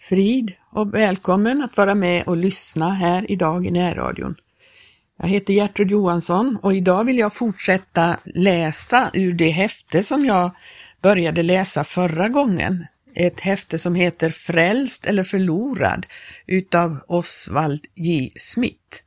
Frid och välkommen att vara med och lyssna här idag i närradion. Jag heter Gertrud Johansson och idag vill jag fortsätta läsa ur det häfte som jag började läsa förra gången. Ett häfte som heter Frälst eller förlorad utav Oswald J. Smith.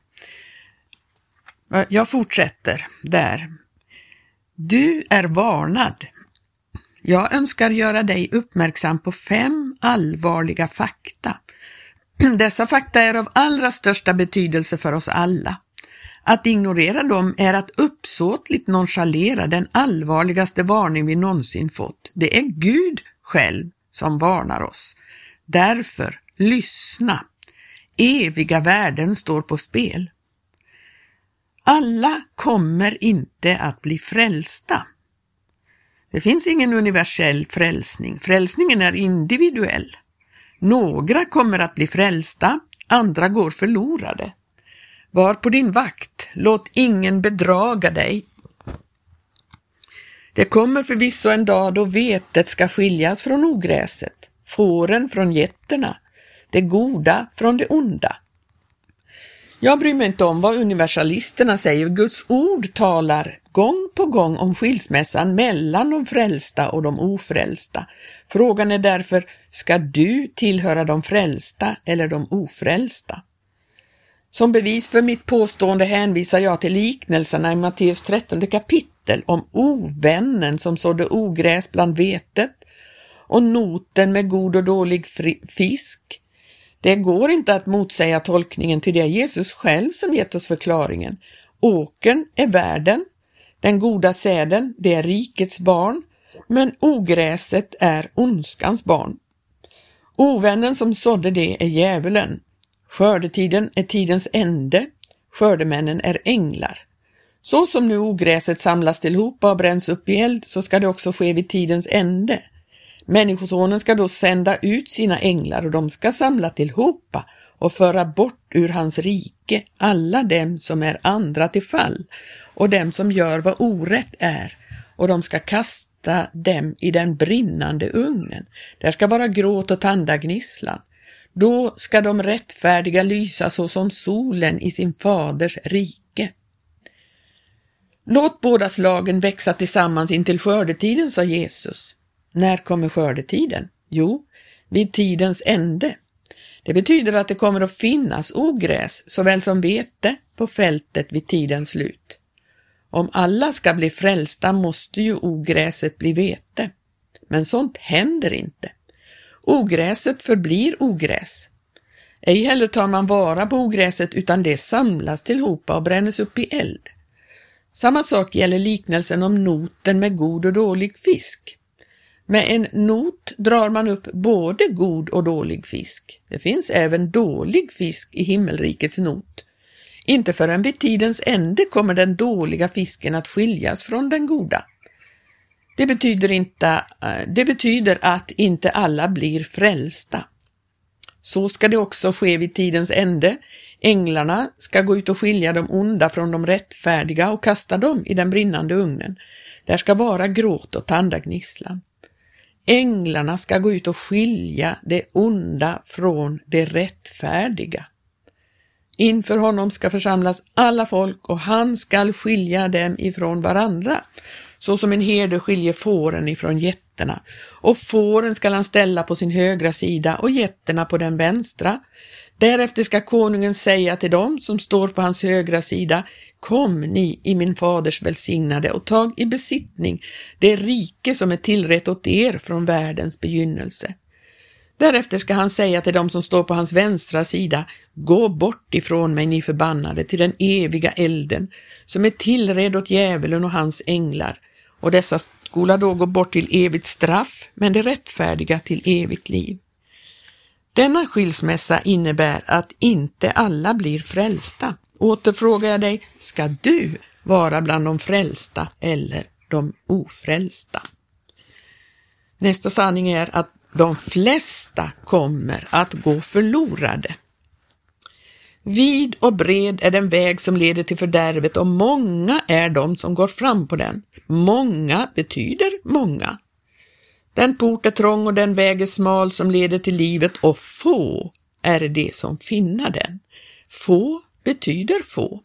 Jag fortsätter där. Du är varnad. Jag önskar göra dig uppmärksam på 5 allvarliga fakta. Dessa fakta är av allra största betydelse för oss alla. Att ignorera dem är att uppsåtligt nonchalera den allvarligaste varning vi någonsin fått. Det är Gud själv som varnar oss. Därför, lyssna. Eviga värden står på spel. Alla kommer inte att bli frälsta. Det finns ingen universell frälsning. Frälsningen är individuell. Några kommer att bli frälsta, andra går förlorade. Var på din vakt, låt ingen bedraga dig. Det kommer förvisso en dag då vetet ska skiljas från ogräset, fåren från getterna, det goda från det onda. Jag bryr mig inte om vad universalisterna säger. Guds ord talar gång på gång om skilsmässan mellan de frälsta och de ofrälsta. Frågan är därför, ska du tillhöra de frälsta eller de ofrälsta? Som bevis för mitt påstående hänvisar jag till liknelserna i Matteus 13 kapitel om ovännen som sådde ogräs bland vetet och noten med god och dålig fisk. Det går inte att motsäga tolkningen, till det är Jesus själv som gett oss förklaringen. Åkern är världen, den goda säden, det är rikets barn, men ogräset är ondskans barn. Ovännen som sådde det är djävulen. Skördetiden är tidens ände, skördemännen är änglar. Så som nu ogräset samlas tillhopa och bränns upp i eld, så ska det också ske vid tidens ände. Människosonen ska då sända ut sina änglar och de ska samla tillhopa och föra bort ur hans rike alla dem som är andra till fall och dem som gör vad orätt är, och de ska kasta dem i den brinnande ugnen. Där ska vara gråt och tandagnisslan. Då ska de rättfärdiga lysa så som solen i sin faders rike. Låt båda slagen växa tillsammans intill skördetiden, sa Jesus. När kommer skördetiden? Jo, vid tidens ände. Det betyder att det kommer att finnas ogräs såväl som vete på fältet vid tidens slut. Om alla ska bli frälsta måste ju ogräset bli vete. Men sånt händer inte. Ogräset förblir ogräs. Ej heller tar man vara på ogräset, utan det samlas tillhopa och brännes upp i eld. Samma sak gäller liknelsen om noten med god och dålig fisk. Med en not drar man upp både god och dålig fisk. Det finns även dålig fisk i himmelrikets not. Inte förrän vid tidens ände kommer den dåliga fisken att skiljas från den goda. Det betyder att inte alla blir frälsta. Så ska det också ske vid tidens ände. Änglarna ska gå ut och skilja de onda från de rättfärdiga och kasta dem i den brinnande ugnen. Där ska vara gråt och tandagnisslan. Änglarna ska gå ut och skilja det onda från det rättfärdiga. Inför honom ska församlas alla folk och han ska skilja dem ifrån varandra, så som en herde skiljer fåren ifrån getterna. Och fåren ska han ställa på sin högra sida och getterna på den vänstra. Därefter ska konungen säga till dem som står på hans högra sida: kom ni i min faders välsignade och tag i besittning det rike som är tillrätt åt er från världens begynnelse. Därefter ska han säga till dem som står på hans vänstra sida: gå bort ifrån mig, ni förbannade, till den eviga elden som är tillrädd åt djävulen och hans änglar. Och dessa skola då gå bort till evigt straff, men det rättfärdiga till evigt liv. Denna skilsmässa innebär att inte alla blir frälsta. Åter frågar jag dig, ska du vara bland de frälsta eller de ofrälsta? Nästa sanning är att de flesta kommer att gå förlorade. Vid och bred är den väg som leder till fördärvet och många är de som går fram på den. Många betyder många. Den port är trång och den väg är smal som leder till livet, och få är det som finner den. Få betyder få.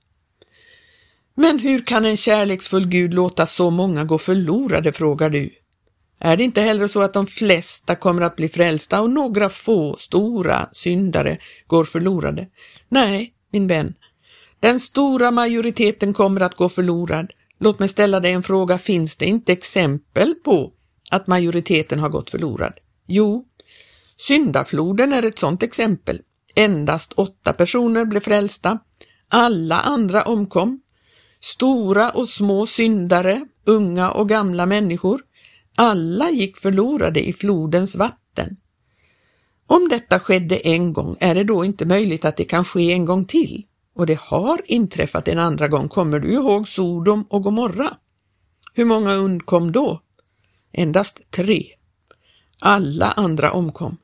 Men hur kan en kärleksfull Gud låta så många gå förlorade, frågar du? Är det inte hellre så att de flesta kommer att bli frälsta och några få stora syndare går förlorade? Nej, min vän. Den stora majoriteten kommer att gå förlorad. Låt mig ställa dig en fråga. Finns det inte exempel på att majoriteten har gått förlorad? Jo, syndafloden är ett sådant exempel. Endast 8 personer blev frälsta. Alla andra omkom. Stora och små syndare, unga och gamla människor. Alla gick förlorade i flodens vatten. Om detta skedde en gång, är det då inte möjligt att det kan ske en gång till? Och det har inträffat en andra gång. Kommer du ihåg Sodom och Gomorra? Hur många undkom då? Endast 3. Alla andra omkom.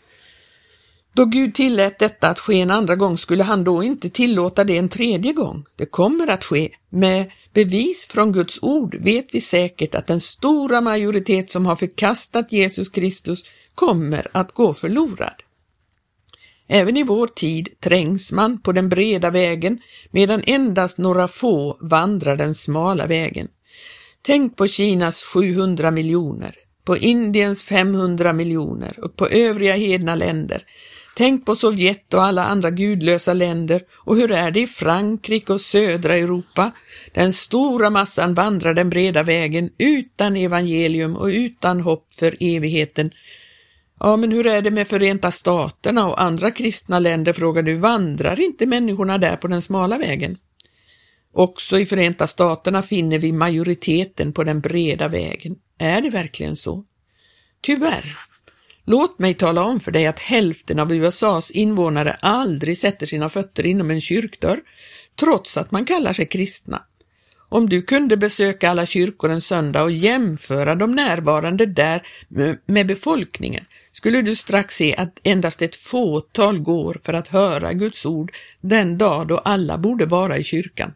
Då Gud tillät detta att ske en andra gång, skulle han då inte tillåta det en tredje gång? Det kommer att ske. Med bevis från Guds ord vet vi säkert att den stora majoritet som har förkastat Jesus Kristus kommer att gå förlorad. Även i vår tid trängs man på den breda vägen, medan endast några få vandrar den smala vägen. Tänk på Kinas 700 miljoner, på Indiens 500 miljoner och på övriga hedna länder. Tänk på Sovjet och alla andra gudlösa länder, och hur är det i Frankrike och södra Europa? Den stora massan vandrar den breda vägen utan evangelium och utan hopp för evigheten. Ja, men hur är det med Förenta Staterna och andra kristna länder, frågar du? Vandrar inte människorna där på den smala vägen? Också i Förenta Staterna finner vi majoriteten på den breda vägen. Är det verkligen så? Tyvärr. Låt mig tala om för dig att hälften av USAs invånare aldrig sätter sina fötter inom en kyrkdörr, trots att man kallar sig kristna. Om du kunde besöka alla kyrkor en söndag och jämföra de närvarande där med befolkningen, skulle du strax se att endast ett fåtal går för att höra Guds ord den dag då alla borde vara i kyrkan.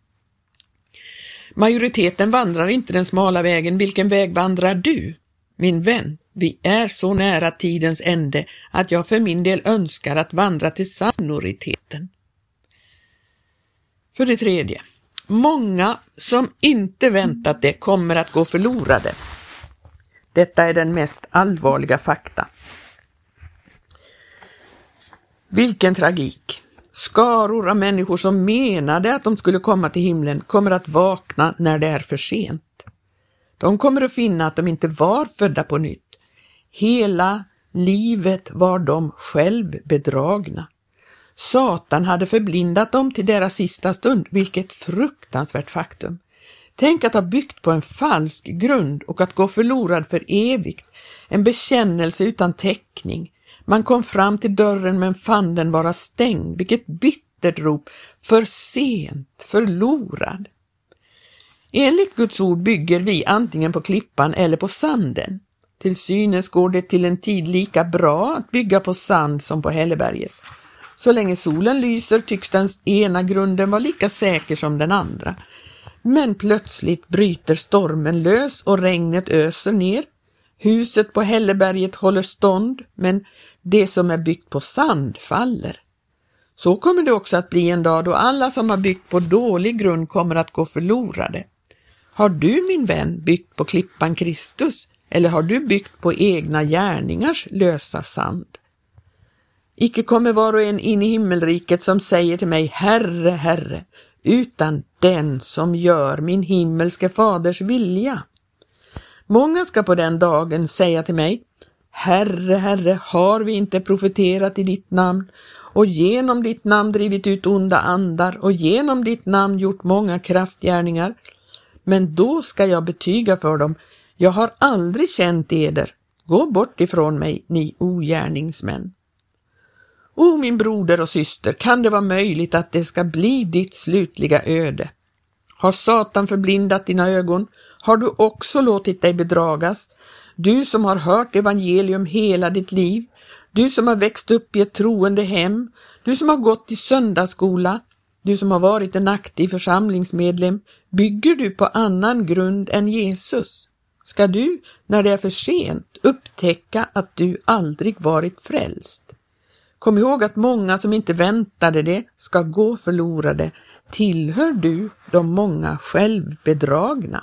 Majoriteten vandrar inte den smala vägen. Vilken väg vandrar du? Min vän, vi är så nära tidens ände att jag för min del önskar att vandra till minoriteten. För det tredje. Många som inte väntat det kommer att gå förlorade. Detta är den mest allvarliga fakta. Vilken tragik! Skaror av människor som menade att de skulle komma till himlen kommer att vakna när det är för sent. De kommer att finna att de inte var födda på nytt. Hela livet var de själv bedragna. Satan hade förblindat dem till deras sista stund, vilket fruktansvärt faktum. Tänk att ha byggt på en falsk grund och att gå förlorad för evigt. En bekännelse utan täckning. Man kom fram till dörren men fann den vara stängd. Vilket bittert rop. För sent, förlorad. Enligt Guds ord bygger vi antingen på klippan eller på sanden. Till synes går det till en tid lika bra att bygga på sand som på Hälleberget. Så länge solen lyser tycks den ena grunden vara lika säker som den andra. Men plötsligt bryter stormen lös och regnet öser ner. Huset på Hälleberget håller stånd, men det som är byggt på sand faller. Så kommer det också att bli en dag då alla som har byggt på dålig grund kommer att gå förlorade. Har du, min vän, byggt på klippan Kristus, eller har du byggt på egna gärningars lösa sand? Icke kommer var och en in i himmelriket som säger till mig, Herre, Herre, utan den som gör min himmelske faders vilja. Många ska på den dagen säga till mig, Herre, Herre, har vi inte profeterat i ditt namn och genom ditt namn drivit ut onda andar och genom ditt namn gjort många kraftgärningar? Men då ska jag betyga för dem, jag har aldrig känt eder. Gå bort ifrån mig, ni ogärningsmän. O min broder och syster, kan det vara möjligt att det ska bli ditt slutliga öde? Har Satan förblindat dina ögon? Har du också låtit dig bedragas? Du som har hört evangelium hela ditt liv, du som har växt upp i ett troende hem, du som har gått i söndagsskola, du som har varit en aktiv församlingsmedlem, bygger du på annan grund än Jesus? Ska du, när det är för sent, upptäcka att du aldrig varit frälst. Kom ihåg att många som inte väntade det ska gå förlorade. Tillhör du de många självbedragna?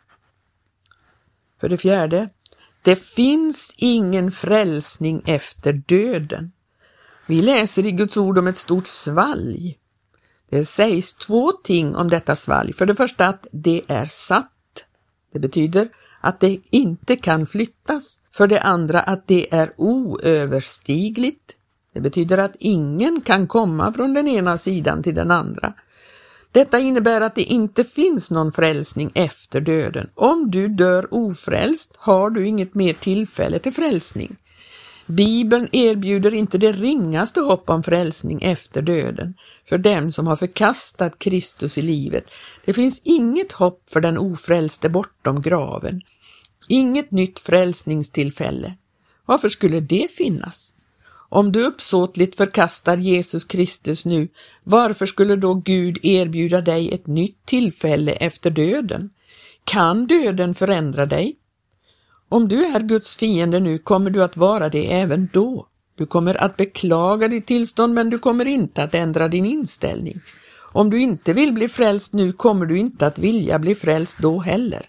För det fjärde, det finns ingen frälsning efter döden. Vi läser i Guds ord om ett stort svalg. Det sägs två ting om detta svalg. För det första att det är satt. Det betyder att det inte kan flyttas. För det andra att det är oöverstigligt. Det betyder att ingen kan komma från den ena sidan till den andra. Detta innebär att det inte finns någon frälsning efter döden. Om du dör ofrälst har du inget mer tillfälle till frälsning. Bibeln erbjuder inte det ringaste hopp om frälsning efter döden för dem som har förkastat Kristus i livet. Det finns inget hopp för den ofrälste bortom graven. Inget nytt frälsningstillfälle. Varför skulle det finnas? Om du uppsåtligt förkastar Jesus Kristus nu, varför skulle då Gud erbjuda dig ett nytt tillfälle efter döden? Kan döden förändra dig? Om du är Guds fiende nu kommer du att vara det även då. Du kommer att beklaga ditt tillstånd men du kommer inte att ändra din inställning. Om du inte vill bli frälst nu kommer du inte att vilja bli frälst då heller.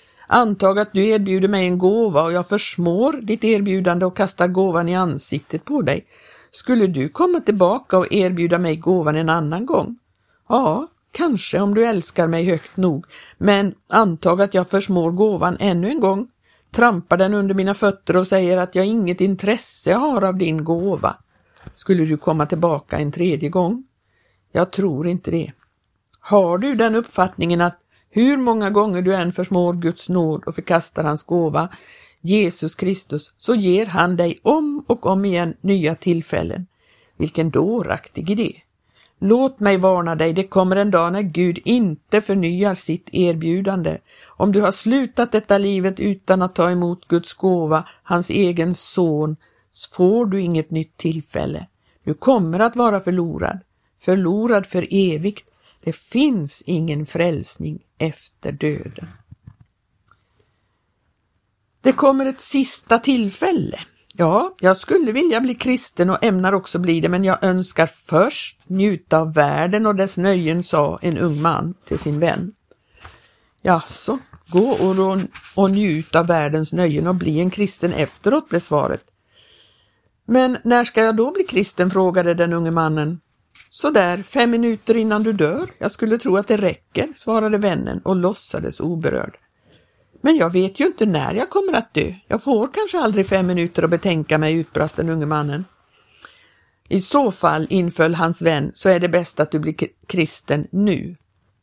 Antag att du erbjuder mig en gåva och jag försmår ditt erbjudande och kastar gåvan i ansiktet på dig. Skulle du komma tillbaka och erbjuda mig gåvan en annan gång? Ja, kanske om du älskar mig högt nog. Men antag att jag försmår gåvan ännu en gång, trampar den under mina fötter och säger att jag inget intresse har av din gåva. Skulle du komma tillbaka en tredje gång? Jag tror inte det. Har du den uppfattningen att hur många gånger du än försmår Guds nåd och förkastar hans gåva, Jesus Kristus, så ger han dig om och om igen nya tillfällen. Vilken dåraktig idé. Låt mig varna dig, det kommer en dag när Gud inte förnyar sitt erbjudande. Om du har slutat detta livet utan att ta emot Guds gåva, hans egen son, så får du inget nytt tillfälle. Du kommer att vara förlorad. Förlorad för evigt. Det finns ingen frälsning efter döden. Det kommer ett sista tillfälle. Ja, jag skulle vilja bli kristen och ämnar också bli det, men jag önskar först njuta av världen och dess nöjen, sa en ung man till sin vän. Jaså, gå och njut av världens nöjen och bli en kristen efteråt, blev svaret. Men när ska jag då bli kristen, frågade den unge mannen. Så där, 5 minuter innan du dör. Jag skulle tro att det räcker, svarade vännen och låtsades oberörd. Men jag vet ju inte när jag kommer att dö. Jag får kanske aldrig 5 minuter att betänka mig, utbrast den unge mannen. I så fall, inföll hans vän, så är det bäst att du blir kristen nu.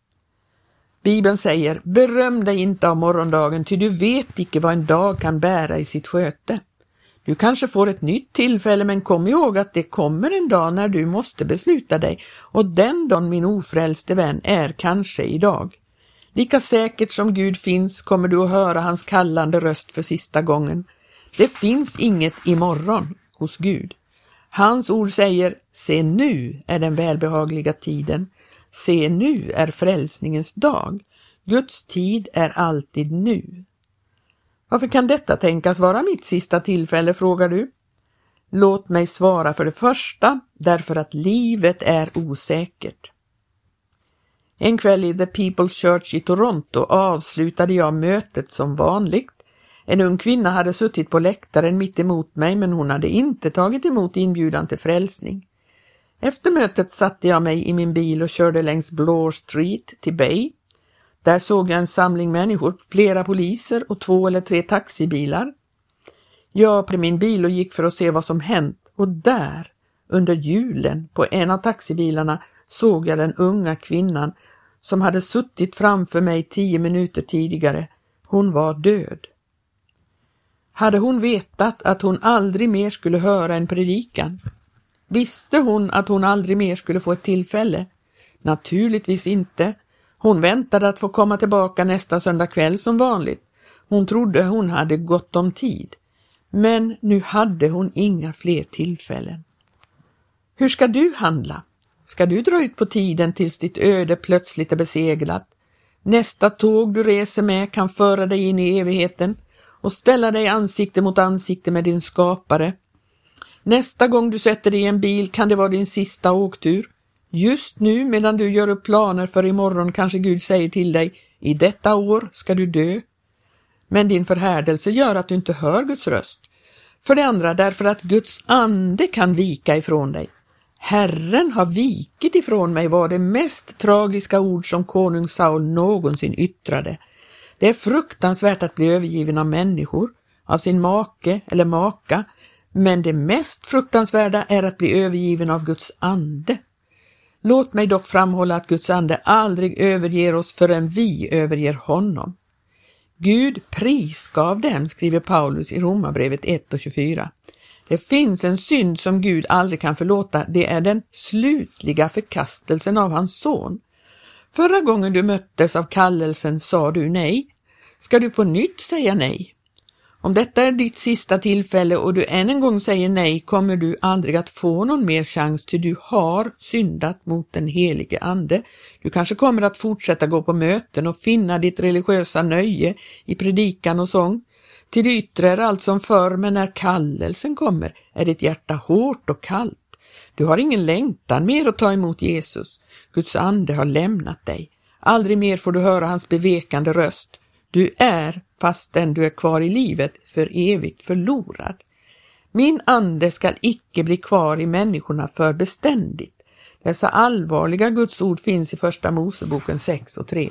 Bibeln säger, beröm dig inte av morgondagen, ty du vet icke vad en dag kan bära i sitt sköte. Du kanske får ett nytt tillfälle, men kom ihåg att det kommer en dag när du måste besluta dig, och den dagen, min ofrälste vän, är kanske idag. Lika säkert som Gud finns kommer du att höra hans kallande röst för sista gången. Det finns inget imorgon hos Gud. Hans ord säger, se nu är den välbehagliga tiden. Se nu är frälsningens dag. Guds tid är alltid nu. Varför kan detta tänkas vara mitt sista tillfälle, frågar du? Låt mig svara för det första, därför att livet är osäkert. En kväll i The People's Church i Toronto avslutade jag mötet som vanligt. En ung kvinna hade suttit på läktaren mitt emot mig, men hon hade inte tagit emot inbjudan till frälsning. Efter mötet satte jag mig i min bil och körde längs Bloor Street till Bay. Där såg jag en samling människor, flera poliser och 2 eller 3 taxibilar. Jag öppnade min bil och gick för att se vad som hänt, och där, under hjulen på en av taxibilarna, såg jag den unga kvinnan som hade suttit framför mig 10 minuter tidigare. Hon var död. Hade hon vetat att hon aldrig mer skulle höra en predikan? Visste hon att hon aldrig mer skulle få ett tillfälle? Naturligtvis inte. Hon väntade att få komma tillbaka nästa söndag kväll som vanligt. Hon trodde hon hade gott om tid. Men nu hade hon inga fler tillfällen. Hur ska du handla? Ska du dra ut på tiden tills ditt öde plötsligt är beseglat? Nästa tåg du reser med kan föra dig in i evigheten. och ställa dig ansikte mot ansikte med din skapare. Nästa gång du sätter dig i en bil kan det vara din sista åktur. Just nu medan du gör upp planer för imorgon kanske Gud säger till dig, i detta år ska du dö. Men din förhärdelse gör att du inte hör Guds röst. För det andra därför att Guds ande kan vika ifrån dig. Herren har vikit ifrån mig var det mest tragiska ord som konung Saul någonsin yttrade. Det är fruktansvärt att bli övergiven av människor, av sin make eller maka, men det mest fruktansvärda är att bli övergiven av Guds ande. Låt mig dock framhålla att Guds ande aldrig överger oss förrän vi överger honom. Gud prisgav dem, skriver Paulus i Romarbrevet 1:24. Det finns en synd som Gud aldrig kan förlåta, det är den slutliga förkastelsen av hans son. Förra gången du möttes av kallelsen sa du nej. Ska du på nytt säga nej? Om detta är ditt sista tillfälle och du än en gång säger nej kommer du aldrig att få någon mer chans till du har syndat mot den helige ande. Du kanske kommer att fortsätta gå på möten och finna ditt religiösa nöje i predikan och sång. Till det yttre är allt som förr, men när kallelsen kommer är ditt hjärta hårt och kallt. Du har ingen längtan mer att ta emot Jesus. Guds ande har lämnat dig. Aldrig mer får du höra hans bevekande röst. Du är, fastän du är kvar i livet, för evigt förlorad. Min ande skall icke bli kvar i människorna för beständigt. Dessa allvarliga Guds ord finns i första Moseboken 6:3.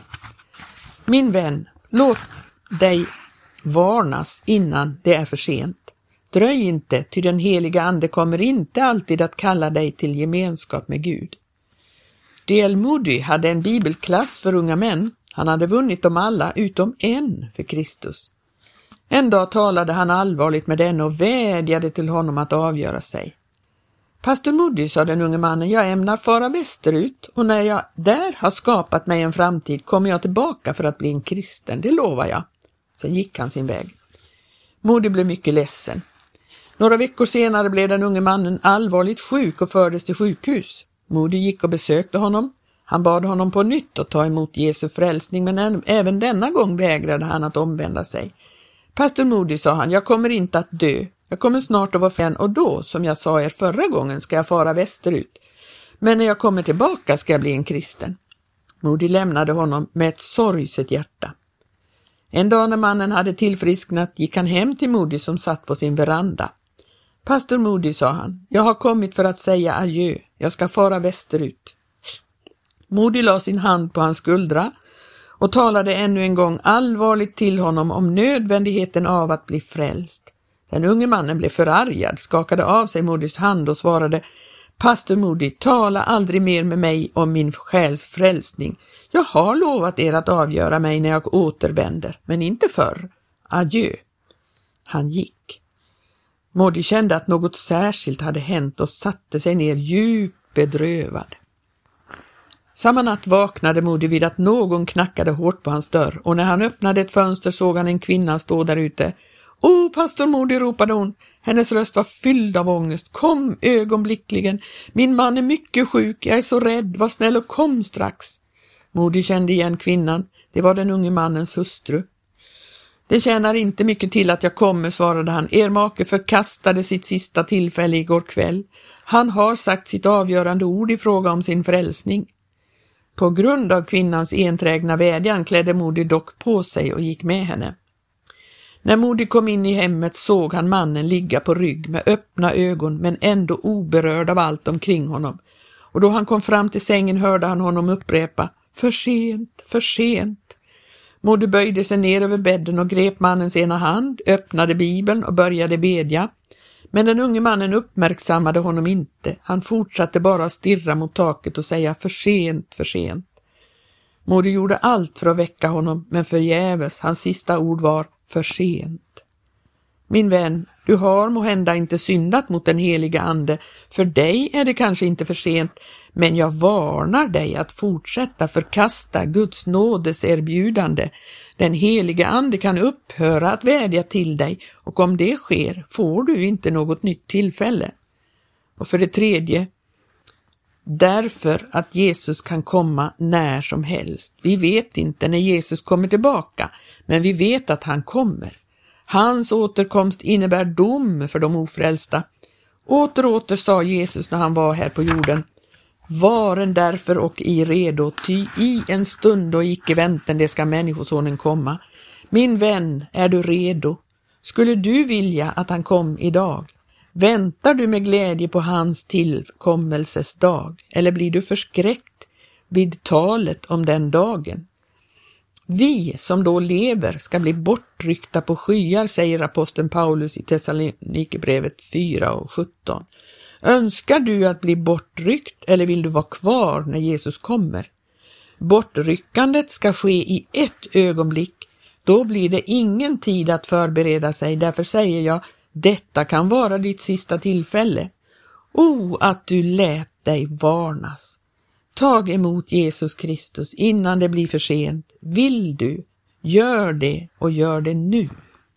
Min vän, låt dig varnas innan det är för sent. Dröj inte, ty den heliga ande kommer inte alltid att kalla dig till gemenskap med Gud. D.L. Moody hade en bibelklass för unga män. Han hade vunnit dem alla utom en för Kristus. En dag talade han allvarligt med den och vädjade till honom att avgöra sig. Pastor Moody, sa den unge mannen, jag ämnar fara västerut och när jag där har skapat mig en framtid kommer jag tillbaka för att bli en kristen, det lovar jag. Sen gick han sin väg. Moody blev mycket ledsen. Några veckor senare blev den unge mannen allvarligt sjuk och fördes till sjukhus. Moody gick och besökte honom. Han bad honom på nytt att ta emot Jesu frälsning, men även denna gång vägrade han att omvända sig. Pastor Moody, sa han, jag kommer inte att dö. Jag kommer snart att vara fan och då, som jag sa er förra gången, ska jag fara västerut. Men när jag kommer tillbaka ska jag bli en kristen. Moody lämnade honom med ett sorgset hjärta. En dag när mannen hade tillfrisknat gick han hem till Moody som satt på sin veranda. Pastor Moody, sa han, jag har kommit för att säga adjö. Jag ska fara västerut. Moody la sin hand på hans skuldra och talade ännu en gång allvarligt till honom om nödvändigheten av att bli frälst. Den unge mannen blev förargad, skakade av sig Moodys hand och svarade, Pastor Moody, tala aldrig mer med mig om min själs frälsning. Jag har lovat er att avgöra mig när jag återvänder, men inte förr. Adjö. Han gick. Moody kände att något särskilt hade hänt och satte sig ner djupt bedrövad. Samma natt vaknade Moody vid att någon knackade hårt på hans dörr och när han öppnade ett fönster såg han en kvinna stå där ute. Åh, pastor Moody, ropade hon. Hennes röst var fylld av ångest. Kom ögonblickligen. Min man är mycket sjuk. Jag är så rädd. Var snäll och kom strax. Moody kände igen kvinnan. Det var den unge mannens hustru. Det tjänar inte mycket till att jag kommer, svarade han. Er make förkastade sitt sista tillfälle igår kväll. Han har sagt sitt avgörande ord i fråga om sin frälsning. På grund av kvinnans enträgna vädjan klädde Moody dock på sig och gick med henne. När Moody kom in i hemmet såg han mannen ligga på rygg med öppna ögon men ändå oberörd av allt omkring honom. Och då han kom fram till sängen hörde han honom upprepa, för sent, för sent. Moody böjde sig ner över bädden och grep mannens ena hand, öppnade Bibeln och började bedja. Men den unge mannen uppmärksammade honom inte. Han fortsatte bara att stirra mot taket och säga för sent, för sent. Moody gjorde allt för att väcka honom, men förgäves. Hans sista ord var för sent. Min vän, du har måhända inte syndat mot den heliga ande. För dig är det kanske inte för sent, men jag varnar dig att fortsätta förkasta Guds nådes erbjudande. Den heliga ande kan upphöra att vädja till dig och om det sker får du inte något nytt tillfälle. Och för det tredje, därför att Jesus kan komma när som helst. Vi vet inte när Jesus kommer tillbaka, men vi vet att han kommer. Hans återkomst innebär dom för de ofrälsta. Åter och åter sa Jesus när han var här på jorden: Varen därför och i redo, ty i en stund och icke vänten det ska människosonen komma. Min vän, är du redo? Skulle du vilja att han kom idag? Väntar du med glädje på hans tillkommelses dag? Eller blir du förskräckt vid talet om den dagen? Vi som då lever ska bli bortryckta på skyar, säger aposteln Paulus i Thessalonikerbrevet 4:17. Önskar du att bli bortryckt eller vill du vara kvar när Jesus kommer? Bortryckandet ska ske i ett ögonblick. Då blir det ingen tid att förbereda sig. Därför säger jag, detta kan vara ditt sista tillfälle. Att du lät dig varnas. Tag emot Jesus Kristus innan det blir för sent. Vill du? Gör det och gör det nu.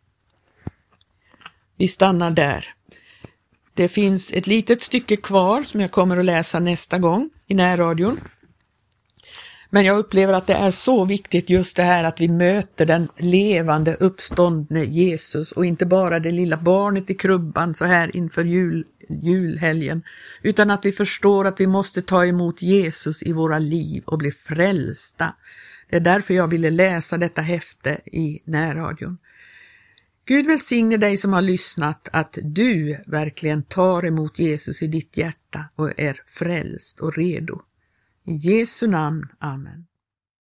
Vi stannar där. Det finns ett litet stycke kvar som jag kommer att läsa nästa gång i närradion. Men jag upplever att det är så viktigt just det här att vi möter den levande uppståndne Jesus och inte bara det lilla barnet i krubban så här inför julhelgen, utan att vi förstår att vi måste ta emot Jesus i våra liv och bli frälsta. Det är därför jag ville läsa detta häfte i närradion. Gud välsigne dig som har lyssnat, att du verkligen tar emot Jesus i ditt hjärta och är frälst och redo. I Jesu namn, amen.